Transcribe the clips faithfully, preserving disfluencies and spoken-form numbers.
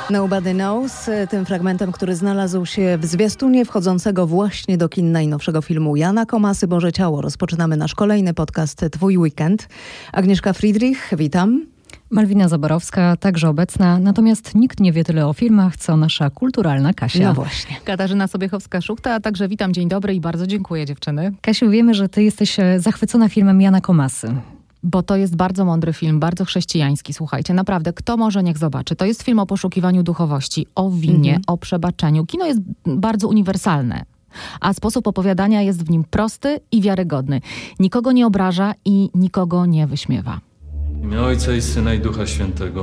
Nobody Knows, tym fragmentem, który znalazł się w zwiastunie wchodzącego właśnie do kin najnowszego filmu Jana Komasy Boże Ciało. Rozpoczynamy nasz kolejny podcast Twój Weekend. Agnieszka Friedrich, witam. Malwina Zaborowska, także obecna, natomiast nikt nie wie tyle o filmach, co nasza kulturalna Kasia. No właśnie. Katarzyna Sobiechowska-Szuchta, a także witam, dzień dobry i bardzo dziękuję, dziewczyny. Kasiu, wiemy, że ty jesteś zachwycona filmem Jana Komasy. Bo to jest bardzo mądry film, bardzo chrześcijański, słuchajcie, naprawdę, kto może, niech zobaczy. To jest film o poszukiwaniu duchowości, o winie, mhm. o przebaczeniu. Kino jest bardzo uniwersalne, a sposób opowiadania jest w nim prosty i wiarygodny. Nikogo nie obraża i nikogo nie wyśmiewa. W imię Ojca i Syna i Ducha Świętego.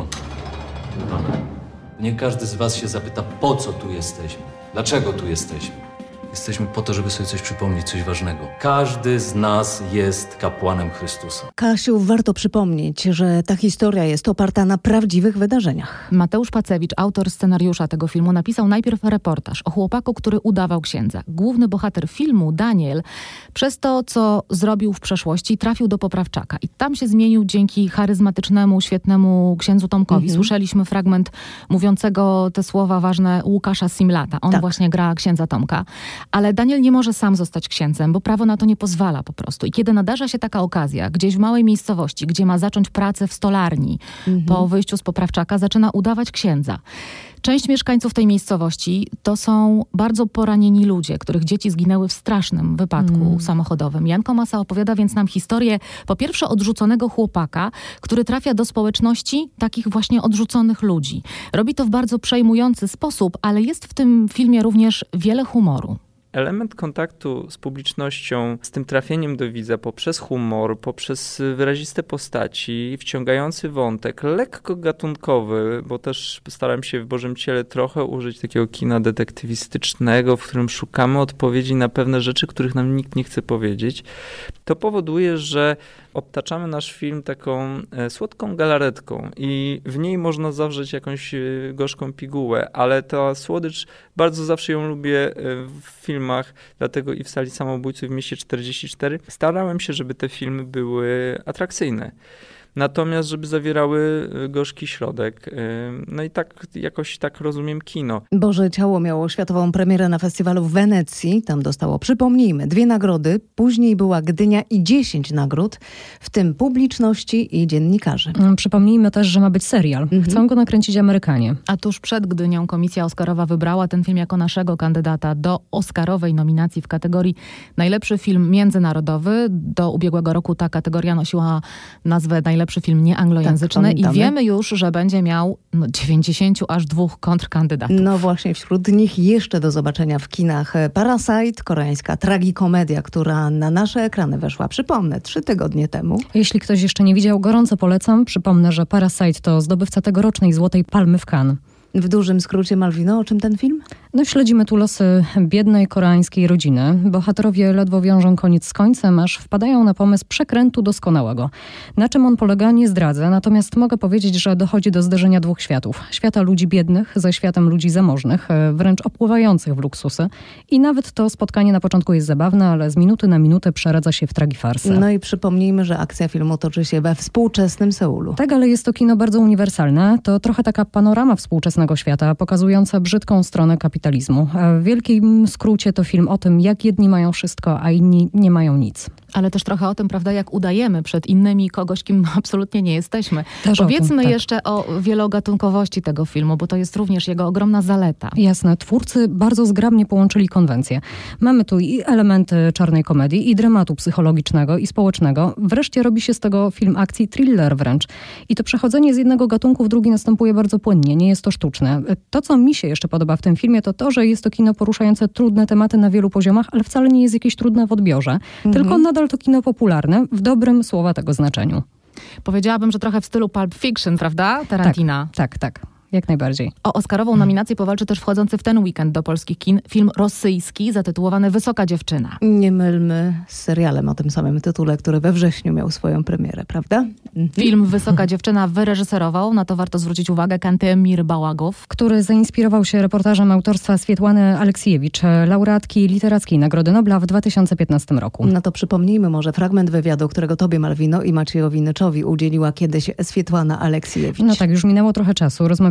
Amen. Nie każdy z was się zapyta, po co tu jesteśmy? Dlaczego tu jesteśmy? Jesteśmy po to, żeby sobie coś przypomnieć, coś ważnego. Każdy z nas jest kapłanem Chrystusa. Kasiu, warto przypomnieć, że ta historia jest oparta na prawdziwych wydarzeniach. Mateusz Pacewicz, autor scenariusza tego filmu, napisał najpierw reportaż o chłopaku, który udawał księdza. Główny bohater filmu, Daniel, przez to, co zrobił w przeszłości, trafił do poprawczaka. I tam się zmienił dzięki charyzmatycznemu, świetnemu księdzu Tomkowi. Mhm. Słyszeliśmy fragment mówiącego te słowa ważne Łukasza Simlata. On tak. właśnie gra księdza Tomka. Ale Daniel nie może sam zostać księdzem, bo prawo na to nie pozwala po prostu. I kiedy nadarza się taka okazja, gdzieś w małej miejscowości, gdzie ma zacząć pracę w stolarni, mhm. po wyjściu z poprawczaka, zaczyna udawać księdza. Część mieszkańców tej miejscowości to są bardzo poranieni ludzie, których dzieci zginęły w strasznym wypadku mm. samochodowym. Jan Komasa opowiada więc nam historię, po pierwsze, odrzuconego chłopaka, który trafia do społeczności takich właśnie odrzuconych ludzi. Robi to w bardzo przejmujący sposób, ale jest w tym filmie również wiele humoru. Element kontaktu z publicznością, z tym trafieniem do widza poprzez humor, poprzez wyraziste postaci, wciągający wątek, lekko gatunkowy, bo też staram się w Bożym Ciele trochę użyć takiego kina detektywistycznego, w którym szukamy odpowiedzi na pewne rzeczy, których nam nikt nie chce powiedzieć. To powoduje, że obtaczamy nasz film taką e, słodką galaretką i w niej można zawrzeć jakąś e, gorzką pigułę, ale ta słodycz, bardzo zawsze ją lubię e, w filmach, dlatego i w Sali Samobójców w Mieście czterdzieści cztery starałem się, żeby te filmy były atrakcyjne. Natomiast, żeby zawierały gorzki środek. No i tak jakoś tak rozumiem kino. Boże Ciało miało światową premierę na festiwalu w Wenecji. Tam dostało, przypomnijmy, dwie nagrody. Później była Gdynia i dziesięć nagród, w tym publiczności i dziennikarzy. Przypomnijmy też, że ma być serial. Mhm. Chcą go nakręcić Amerykanie. A tuż przed Gdynią Komisja Oscarowa wybrała ten film jako naszego kandydata do Oscarowej nominacji w kategorii najlepszy film międzynarodowy. Do ubiegłego roku ta kategoria nosiła nazwę najlepszy film nieanglojęzyczny tak, i wiemy już, że będzie miał no, dziewięćdziesięciu aż dwóch kontrkandydatów. No właśnie, wśród nich jeszcze do zobaczenia w kinach Parasite, koreańska tragikomedia, która na nasze ekrany weszła, przypomnę, trzy tygodnie temu. Jeśli ktoś jeszcze nie widział, gorąco polecam. Przypomnę, że Parasite to zdobywca tegorocznej Złotej Palmy w Cannes. W dużym skrócie, Malwino, o czym ten film? No śledzimy tu losy biednej koreańskiej rodziny. Bohaterowie ledwo wiążą koniec z końcem, aż wpadają na pomysł przekrętu doskonałego. Na czym on polega, nie zdradzę, natomiast mogę powiedzieć, że dochodzi do zderzenia dwóch światów. Świata ludzi biednych ze światem ludzi zamożnych, wręcz opływających w luksusy. I nawet to spotkanie na początku jest zabawne, ale z minuty na minutę przeradza się w tragifarsę. No i przypomnijmy, że akcja filmu toczy się we współczesnym Seulu. Tak, ale jest to kino bardzo uniwersalne. To trochę taka panorama współczesnego świata, pokazująca brzydką stronę kapitalizmu. W wielkim skrócie to film o tym, jak jedni mają wszystko, a inni nie mają nic. Ale też trochę o tym, prawda, jak udajemy przed innymi kogoś, kim absolutnie nie jesteśmy. Też Powiedzmy o tym, tak. jeszcze o wielogatunkowości tego filmu, bo to jest również jego ogromna zaleta. Jasne. Twórcy bardzo zgrabnie połączyli konwencje. Mamy tu i elementy czarnej komedii, i dramatu psychologicznego, i społecznego. Wreszcie robi się z tego film akcji, thriller wręcz. I to przechodzenie z jednego gatunku w drugi następuje bardzo płynnie. Nie jest to sztuczne. To, co mi się jeszcze podoba w tym filmie, to to, że jest to kino poruszające trudne tematy na wielu poziomach, ale wcale nie jest jakieś trudne w odbiorze. Mhm. Tylko nadal to kino popularne, w dobrym słowa tego znaczeniu. Powiedziałabym, że trochę w stylu Pulp Fiction, prawda? Tarantina. Tak, tak, tak. Jak najbardziej. O Oscarową nominację powalczy też wchodzący w ten weekend do polskich kin film rosyjski zatytułowany Wysoka dziewczyna. Nie mylmy z serialem o tym samym tytule, który we wrześniu miał swoją premierę, prawda? Mhm. Film Wysoka dziewczyna wyreżyserował, na to warto zwrócić uwagę, Kantemir Bałagow, który zainspirował się reportażem autorstwa Swietłany Aleksiejewicz, laureatki Literackiej Nagrody Nobla w dwa tysiące piętnastym roku. No to przypomnijmy może fragment wywiadu, którego tobie, Malwino, i Maciejowi Nyczowi udzieliła kiedyś Swietłana Aleksiejewicz. No tak, już minęło trochę czasu. Rozmawialiśmy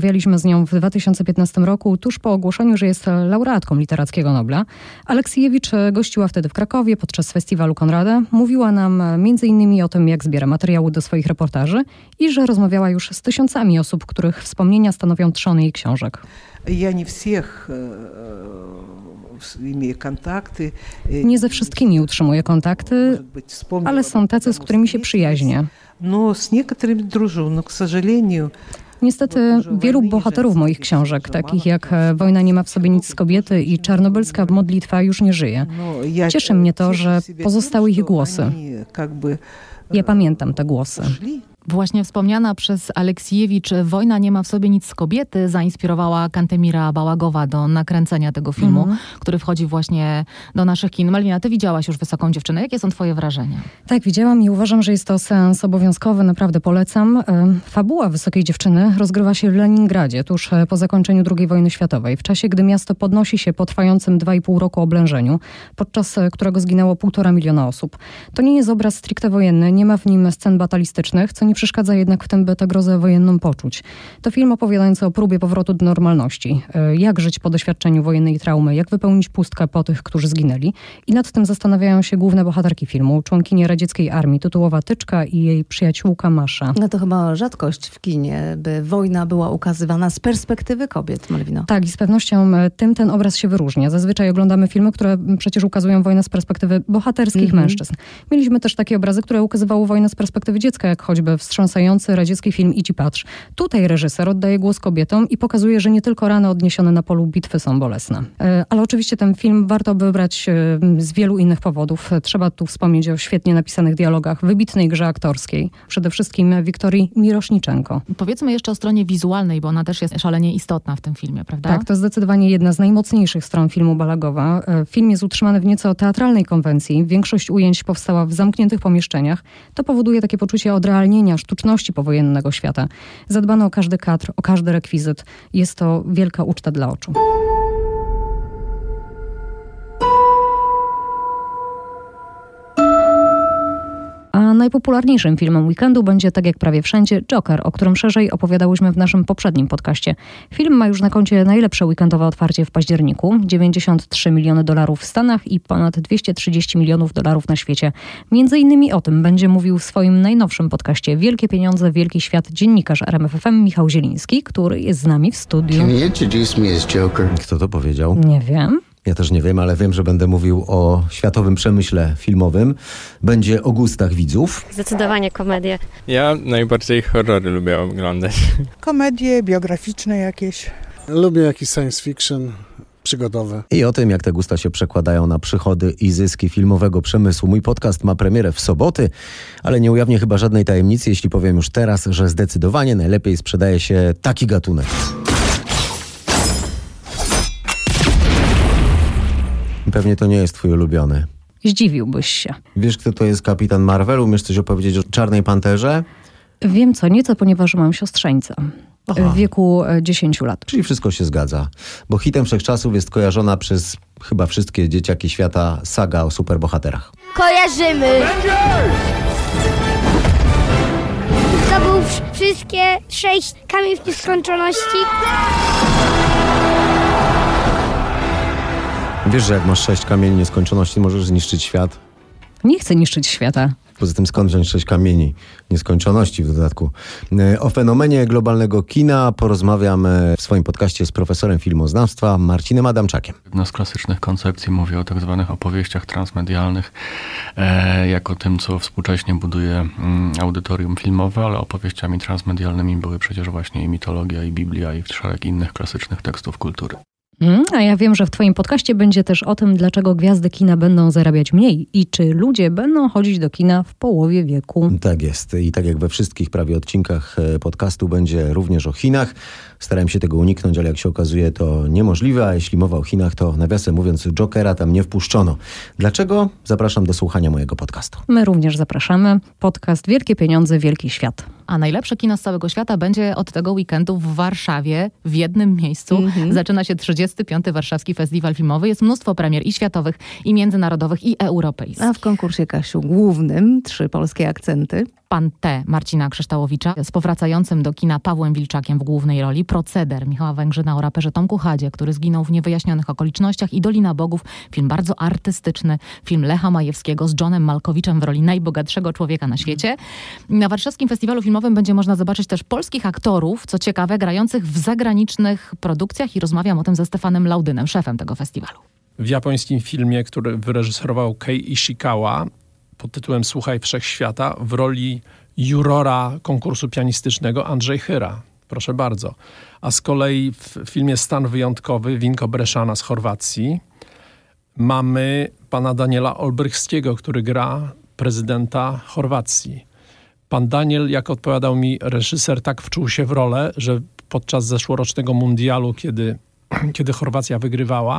Rozmawialiśmy z nią w dwa tysiące piętnastym roku, tuż po ogłoszeniu, że jest laureatką Literackiego Nobla. Aleksiejewicz gościła wtedy w Krakowie podczas festiwalu Konrada. Mówiła nam między innymi o tym, jak zbiera materiały do swoich reportaży i że rozmawiała już z tysiącami osób, których wspomnienia stanowią trzony jej książek. Ja nie wszystkich kontakty. Nie ze wszystkimi utrzymuję kontakty, ale są tacy, z którymi się przyjaźnię. No, z niektórymi drużą, no, k сожалению. Niestety wielu bohaterów moich książek, takich jak Wojna nie ma w sobie nic z kobiety i Czarnobylska modlitwa, już nie żyje. Cieszy mnie to, że pozostały ich głosy. Ja pamiętam te głosy. Właśnie wspomniana przez Aleksiejewicz Wojna nie ma w sobie nic z kobiety zainspirowała Kantemira Bałagowa do nakręcenia tego filmu, mhm. który wchodzi właśnie do naszych kin. Malwina, ty widziałaś już Wysoką dziewczynę. Jakie są twoje wrażenia? Tak, widziałam i uważam, że jest to seans obowiązkowy. Naprawdę polecam. Fabuła Wysokiej dziewczyny rozgrywa się w Leningradzie tuż po zakończeniu drugiej wojny światowej. W czasie, gdy miasto podnosi się po trwającym dwa i pół roku oblężeniu, podczas którego zginęło półtora miliona osób. To nie jest obraz stricte wojenny, nie ma w nim scen batalistycznych, co nie przeszkadza jednak w tym, by tę grozę wojenną poczuć. To film opowiadający o próbie powrotu do normalności. Jak żyć po doświadczeniu wojennej traumy, jak wypełnić pustkę po tych, którzy zginęli. I nad tym zastanawiają się główne bohaterki filmu, członkinie radzieckiej armii, tytułowa Tyczka i jej przyjaciółka Masza. No to chyba rzadkość w kinie, by wojna była ukazywana z perspektywy kobiet, Malwino. Tak, i z pewnością tym ten obraz się wyróżnia. Zazwyczaj oglądamy filmy, które przecież ukazują wojnę z perspektywy bohaterskich mm-hmm. mężczyzn. Mieliśmy też takie obrazy, które ukazywały wojnę z perspektywy dziecka, jak choćby wstrząsający radziecki film Idź i patrz. Tutaj reżyser oddaje głos kobietom i pokazuje, że nie tylko rany odniesione na polu bitwy są bolesne. Ale oczywiście ten film warto wybrać z wielu innych powodów. Trzeba tu wspomnieć o świetnie napisanych dialogach, wybitnej grze aktorskiej. Przede wszystkim Wiktorii Miroszniczenko. Powiedzmy jeszcze o stronie wizualnej, bo ona też jest szalenie istotna w tym filmie, prawda? Tak, to zdecydowanie jedna z najmocniejszych stron filmu Balagowa. Film jest utrzymany w nieco teatralnej konwencji. Większość ujęć powstała w zamkniętych pomieszczeniach. To powoduje takie poczucie odrealnienia sztuczności powojennego świata. Zadbano o każdy kadr, o każdy rekwizyt. Jest to wielka uczta dla oczu. A najpopularniejszym filmem weekendu będzie, tak jak prawie wszędzie, Joker, o którym szerzej opowiadałyśmy w naszym poprzednim podcaście. Film ma już na koncie najlepsze weekendowe otwarcie w październiku. dziewięćdziesiąt trzy miliony dolarów w Stanach i ponad dwieście trzydzieści milionów dolarów na świecie. Między innymi o tym będzie mówił w swoim najnowszym podcaście Wielkie pieniądze, wielki świat dziennikarz R M F F M Michał Zieliński, który jest z nami w studiu. Can you introduce me as Joker? Kto to powiedział? Nie wiem. Ja też nie wiem, ale wiem, że będę mówił o światowym przemyśle filmowym. Będzie o gustach widzów. Zdecydowanie komedię. Ja najbardziej horrory lubię oglądać. Komedie biograficzne jakieś. Lubię jakiś science fiction przygodowe. I o tym, jak te gusta się przekładają na przychody i zyski filmowego przemysłu. Mój podcast ma premierę w soboty, ale nie ujawnię chyba żadnej tajemnicy, jeśli powiem już teraz, że zdecydowanie najlepiej sprzedaje się taki gatunek. Pewnie to nie jest twój ulubiony. Zdziwiłbyś się. Wiesz, kto to jest Kapitan Marvel? Umiesz coś opowiedzieć o Czarnej Panterze? Wiem co nieco, ponieważ mam siostrzeńca. Aha. W wieku dziesięciu lat. Czyli wszystko się zgadza. Bo hitem wszechczasów jest kojarzona przez chyba wszystkie dzieciaki świata saga o superbohaterach. Kojarzymy! Zdobył wszystkie sześć kamieni nieskończoności. Wiesz, że jak masz sześć kamieni nieskończoności, możesz zniszczyć świat? Nie chcę niszczyć świata. Poza tym skąd wziąć sześć kamieni nieskończoności w dodatku. O fenomenie globalnego kina porozmawiam w swoim podcaście z profesorem filmoznawstwa Marcinem Adamczakiem. Jedna z klasycznych koncepcji mówi o tak zwanych opowieściach transmedialnych, e, jako tym, co współcześnie buduje mm, audytorium filmowe, ale opowieściami transmedialnymi były przecież właśnie i mitologia, i Biblia, i szereg innych klasycznych tekstów kultury. Mm, a ja wiem, że w twoim podcaście będzie też o tym, dlaczego gwiazdy kina będą zarabiać mniej i czy ludzie będą chodzić do kina w połowie wieku. Tak jest. I tak jak we wszystkich prawie odcinkach podcastu będzie również o Chinach. Starałem się tego uniknąć, ale jak się okazuje, to niemożliwe, a jeśli mowa o Chinach, to nawiasem mówiąc Jokera tam nie wpuszczono. Dlaczego? Zapraszam do słuchania mojego podcastu. My również zapraszamy. Podcast Wielkie pieniądze, wielki świat. A najlepsze kino z całego świata będzie od tego weekendu w Warszawie, w jednym miejscu. Mm-hmm. Zaczyna się trzydziesty piąty Warszawski Festiwal Filmowy. Jest mnóstwo premier i światowych, i międzynarodowych, i europejskich. A w konkursie, Kasiu, głównym trzy polskie akcenty. Pan T. Marcina Krzyształowicza z powracającym do kina Pawłem Wilczakiem w głównej roli, Proceder Michała Węgrzyna o raperze Tomku Hadzie, który zginął w niewyjaśnionych okolicznościach, i Dolina Bogów, film bardzo artystyczny, film Lecha Majewskiego z Johnem Malkowiczem w roli najbogatszego człowieka na świecie. Na Warszawskim Festiwalu Filmowym będzie można zobaczyć też polskich aktorów, co ciekawe, grających w zagranicznych produkcjach, i rozmawiam o tym ze Stefanem Laudynem, szefem tego festiwalu. W japońskim filmie, który wyreżyserował Kei Ishikawa pod tytułem Słuchaj Wszechświata, w roli jurora konkursu pianistycznego Andrzej Chyra. Proszę bardzo. A z kolei w filmie Stan Wyjątkowy Vinko Breszana z Chorwacji mamy pana Daniela Olbrychskiego, który gra prezydenta Chorwacji. Pan Daniel, jak odpowiadał mi reżyser, tak wczuł się w rolę, że podczas zeszłorocznego mundialu, kiedy, kiedy Chorwacja wygrywała,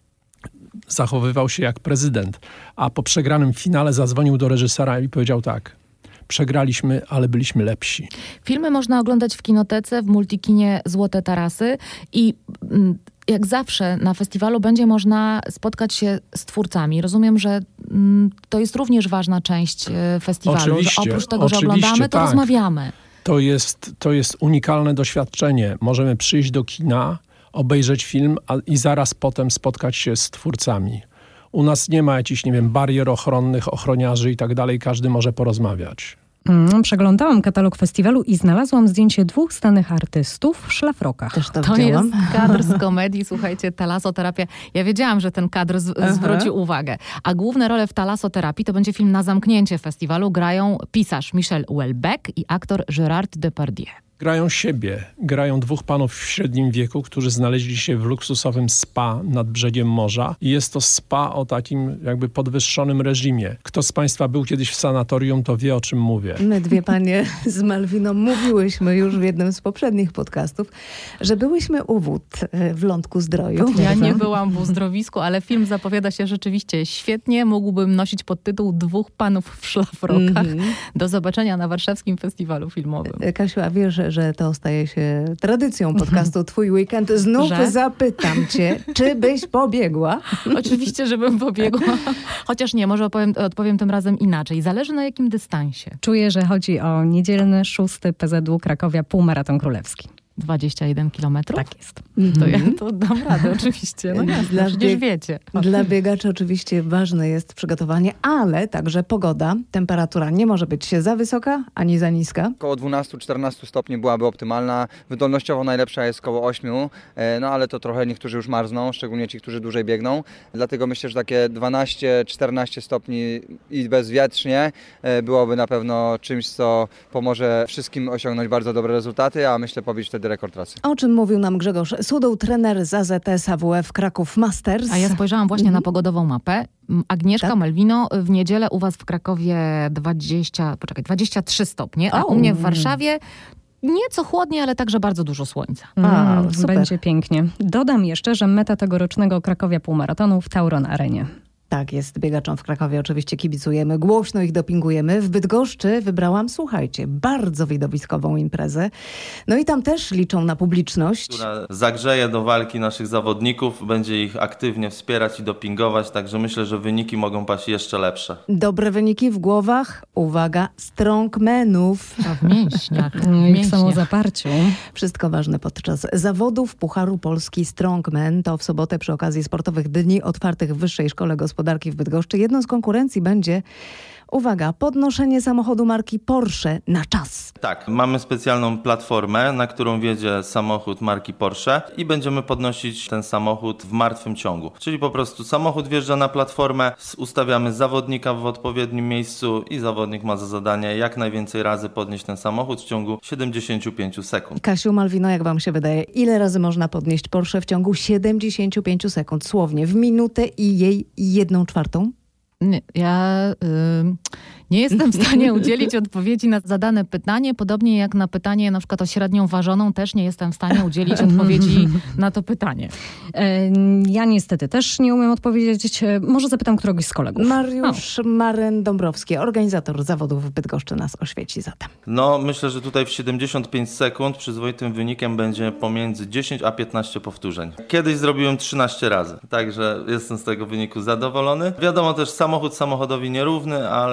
zachowywał się jak prezydent. A po przegranym finale zadzwonił do reżysera i powiedział tak: przegraliśmy, ale byliśmy lepsi. Filmy można oglądać w kinotece, w Multikinie Złote Tarasy, i mm, jak zawsze na festiwalu będzie można spotkać się z twórcami. Rozumiem, że mm, to jest również ważna część e, festiwalu. Oczywiście, że oprócz tego, że oczywiście, oglądamy, to tak. rozmawiamy. To jest, to jest unikalne doświadczenie. Możemy przyjść do kina, obejrzeć film a, i zaraz potem spotkać się z twórcami. U nas nie ma jakichś, nie wiem, barier ochronnych, ochroniarzy i tak dalej. Każdy może porozmawiać. Mm, przeglądałam katalog festiwalu i znalazłam zdjęcie dwóch znanych artystów w szlafrokach. Też to To widziałam. jest kadr z komedii, słuchajcie, Talasoterapia. Ja wiedziałam, że ten kadr z- Aha. zwrócił uwagę. A główne role w Talasoterapii to będzie film na zamknięcie festiwalu. Grają pisarz Michel Houellebecq i aktor Gérard Depardieu. Grają siebie. Grają dwóch panów w średnim wieku, którzy znaleźli się w luksusowym spa nad brzegiem morza. I jest to spa o takim jakby podwyższonym reżimie. Kto z państwa był kiedyś w sanatorium, to wie, o czym mówię. My dwie panie z Malwiną mówiłyśmy już w jednym z poprzednich podcastów, że byłyśmy u wód w Lądku Zdroju. Ja nie byłam w uzdrowisku, ale film zapowiada się rzeczywiście świetnie. Mógłbym nosić podtytuł Dwóch panów w szlafrokach. Mhm. Do zobaczenia na Warszawskim Festiwalu Filmowym. Kasiu, a wiesz, że to staje się tradycją podcastu Twój Weekend. Znów Że? zapytam cię, czy byś pobiegła? Oczywiście, żebym pobiegła. Chociaż nie, może opowiem, odpowiem tym razem inaczej. Zależy na jakim dystansie. Czuję, że chodzi o niedzielny szósty P Z U Krakowia Półmaraton Królewski. dwadzieścia jeden kilometrów? Tak jest. To ja to dam radę oczywiście. No jasne, Dla przecież bieg- wiecie. Dla biegaczy oczywiście ważne jest przygotowanie, ale także pogoda. Temperatura nie może być za wysoka, ani za niska. Około dwanaście do czternastu stopni byłaby optymalna. Wydolnościowo najlepsza jest około ośmiu, no ale to trochę niektórzy już marzną, szczególnie ci, którzy dłużej biegną. Dlatego myślę, że takie dwanaście do czternastu stopni i bezwietrznie byłoby na pewno czymś, co pomoże wszystkim osiągnąć bardzo dobre rezultaty, a myślę pobić wtedy rekord trasy. O czym mówił nam Grzegorz Sudoł, trener z A Z S A W F Kraków Masters. A ja spojrzałam właśnie Mhm. na pogodową mapę. Agnieszka, Tak? Malwino, w niedzielę u was w Krakowie dwadzieścia, poczekaj, dwadzieścia trzy stopnie, a O. u mnie w Warszawie nieco chłodniej, ale także bardzo dużo słońca. A, Mm, super. będzie pięknie. Dodam jeszcze, że meta tegorocznego Krakowia Półmaratonu w Tauron Arenie. Tak jest, biegaczom w Krakowie oczywiście kibicujemy, głośno ich dopingujemy. W Bydgoszczy wybrałam, słuchajcie, bardzo widowiskową imprezę. No i tam też liczą na publiczność. Która zagrzeje do walki naszych zawodników, będzie ich aktywnie wspierać i dopingować, także myślę, że wyniki mogą paść jeszcze lepsze. Dobre wyniki w głowach, uwaga, strongmenów. A w mięśniach. w I w mięśniach. samozaparciu. Wszystko ważne podczas zawodów Pucharu Polski Strongman. To w sobotę przy okazji Sportowych Dni Otwartych w Wyższej Szkole Gospodarki w Bydgoszczy. Jedną z konkurencji będzie, uwaga, podnoszenie samochodu marki Porsche na czas. Tak, mamy specjalną platformę, na którą wjedzie samochód marki Porsche i będziemy podnosić ten samochód w martwym ciągu. Czyli po prostu samochód wjeżdża na platformę, ustawiamy zawodnika w odpowiednim miejscu i zawodnik ma za zadanie jak najwięcej razy podnieść ten samochód w ciągu siedemdziesiąt pięć sekund. Kasiu, Malwino, jak wam się wydaje, ile razy można podnieść Porsche w ciągu siedemdziesiąt pięć sekund? Słownie, w minutę i jej jedną czwartą? Nie, ja y, nie jestem w stanie udzielić odpowiedzi na zadane pytanie, podobnie jak na pytanie na przykład o średnią ważoną, też nie jestem w stanie udzielić odpowiedzi na to pytanie. E, Ja niestety też nie umiem odpowiedzieć. E, Może zapytam któregoś z kolegów. Mariusz Maryn-Dąbrowski, organizator zawodów w Bydgoszczy, nas oświeci zatem. No, myślę, że tutaj w siedemdziesiąt pięć sekund przyzwoitym wynikiem będzie pomiędzy dziesięć a piętnaście powtórzeń. Kiedyś zrobiłem trzynaście razy, także jestem z tego wyniku zadowolony. Wiadomo też, samochód samochodowi nierówny, ale tutaj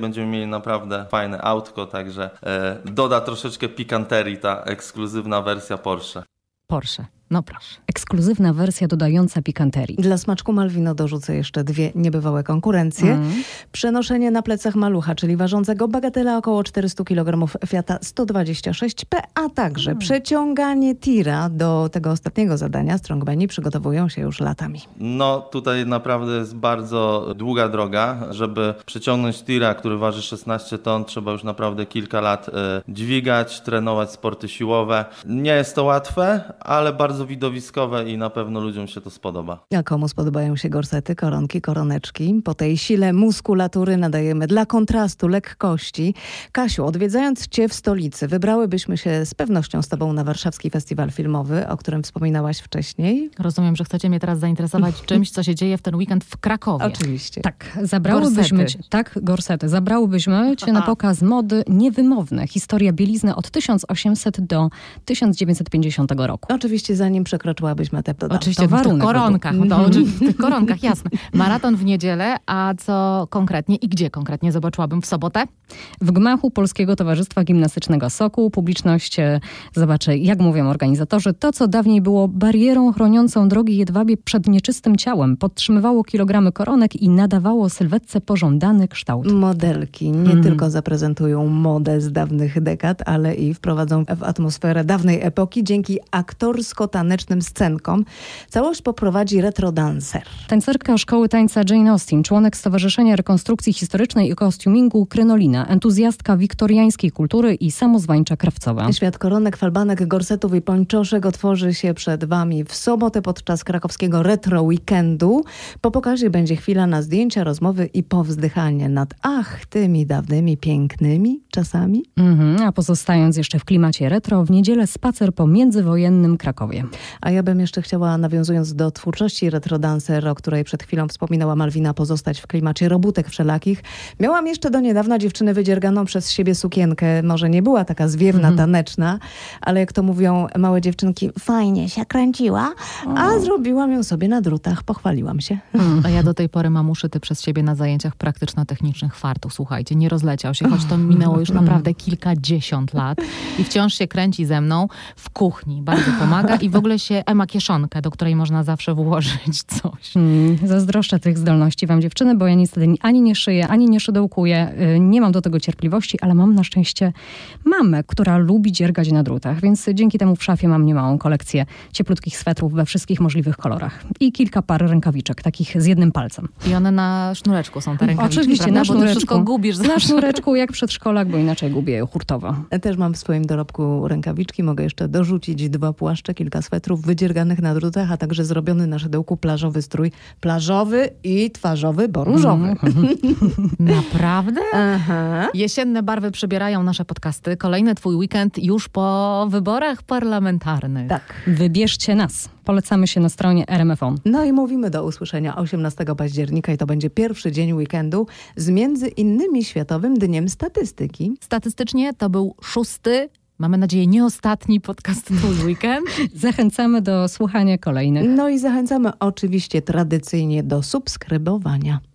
będziemy mieli naprawdę fajne autko, także e, doda troszeczkę pikanterii ta ekskluzywna wersja Porsche. Porsche. No proszę. Ekskluzywna wersja dodająca pikanterii. Dla smaczku Malwino dorzucę jeszcze dwie niebywałe konkurencje. Mm. Przenoszenie na plecach malucha, czyli ważącego bagatela około czterysta kilogramów Fiata sto dwadzieścia sześć P, a także mm. przeciąganie tira. Do tego ostatniego zadania strongmeni przygotowują się już latami. No tutaj naprawdę jest bardzo długa droga. Żeby przeciągnąć tira, który waży szesnaście ton, trzeba już naprawdę kilka lat y, dźwigać, trenować sporty siłowe. Nie jest to łatwe, ale bardzo bardzo widowiskowe i na pewno ludziom się to spodoba. A komu spodobają się gorsety, koronki, koroneczki? Po tej sile muskulatury nadajemy dla kontrastu lekkości. Kasiu, odwiedzając Cię w stolicy, wybrałybyśmy się z pewnością z Tobą na warszawski festiwal filmowy, o którym wspominałaś wcześniej. Rozumiem, że chcecie mnie teraz zainteresować czymś, co się dzieje w ten weekend w Krakowie. Oczywiście. Tak, zabrałybyśmy gorsety. Cię, tak, gorsety. Zabrałybyśmy Cię na pokaz mody niewymowne. Historia bielizny od tysiąc osiemset do tysiąc dziewięćset pięćdziesiątego roku. Oczywiście zanim przekroczyłabyśmy te dodam. Oczywiście to w tych koronkach, to mm-hmm. w tych koronkach, jasne. Maraton w niedzielę, a co konkretnie i gdzie konkretnie zobaczyłabym w sobotę? W gmachu Polskiego Towarzystwa Gimnastycznego Sokół publiczność zobaczy, jak mówią organizatorzy, to co dawniej było barierą chroniącą drogi jedwabie przed nieczystym ciałem, podtrzymywało kilogramy koronek i nadawało sylwetce pożądany kształt. Modelki nie mm. tylko zaprezentują modę z dawnych dekad, ale i wprowadzą w atmosferę dawnej epoki dzięki aktorsko-tanecznym scenkom. Całość poprowadzi retrodancer. Tańcerka Szkoły Tańca Jane Austen, członek Stowarzyszenia Rekonstrukcji Historycznej i Kostiumingu Krynolina, entuzjastka wiktoriańskiej kultury i samozwańcza krawcowa. Świat koronek, falbanek, gorsetów i pończoszek otworzy się przed Wami w sobotę podczas krakowskiego retro weekendu. Po pokazie będzie chwila na zdjęcia, rozmowy i powzdychanie nad ach, tymi dawnymi, pięknymi czasami. Mhm, a pozostając jeszcze w klimacie retro, w niedzielę spacer po międzywojennym Krakowie. A ja bym jeszcze chciała, nawiązując do twórczości retrodancer, o której przed chwilą wspominała Malwina, pozostać w klimacie robótek wszelakich. Miałam jeszcze do niedawna dziewczynę wydzierganą przez siebie sukienkę. Może nie była taka zwiewna, mm-hmm. taneczna, ale jak to mówią małe dziewczynki, fajnie się kręciła, a o. zrobiłam ją sobie na drutach. Pochwaliłam się. Hmm. A ja do tej pory mam uszyty przez siebie na zajęciach praktyczno-technicznych fartuch. Słuchajcie, nie rozleciał się, choć to minęło już naprawdę kilkadziesiąt lat i wciąż się kręci ze mną w kuchni. Bardzo pomaga i w ogóle się ma kieszonkę, do której można zawsze włożyć coś. Hmm, zazdroszczę tych zdolności wam dziewczyny, bo ja niestety ani nie szyję, ani nie szydełkuję. Nie mam do tego cierpliwości, ale mam na szczęście mamę, która lubi dziergać na drutach, więc dzięki temu w szafie mam niemałą kolekcję cieplutkich swetrów we wszystkich możliwych kolorach. I kilka par rękawiczek, takich z jednym palcem. I one na sznureczku są te rękawiczki, Oczywiście, prawda? na sznureczku. Bo ty wszystko gubisz. Na sznureczku jak przedszkolak, bo inaczej gubię je hurtowo. Ja też mam w swoim dorobku rękawiczki. Mogę jeszcze dorzucić dwa płaszcze, kilka swetrów wydzierganych na drutach, a także zrobiony na szydełku plażowy strój. Plażowy i twarzowy, bo różowy. Mm-hmm. Naprawdę? Aha. Jesienne barwy przybierają nasze podcasty. Kolejny twój weekend już po wyborach parlamentarnych. Tak. Wybierzcie nas. Polecamy się na stronie R M F on. No i mówimy do usłyszenia osiemnastego października i to będzie pierwszy dzień weekendu z między innymi Światowym Dniem Statystyki. Statystycznie to był szósty, mamy nadzieję, nie ostatni podcast Twój Weekend. Zachęcamy do słuchania kolejnych. No i zachęcamy oczywiście tradycyjnie do subskrybowania.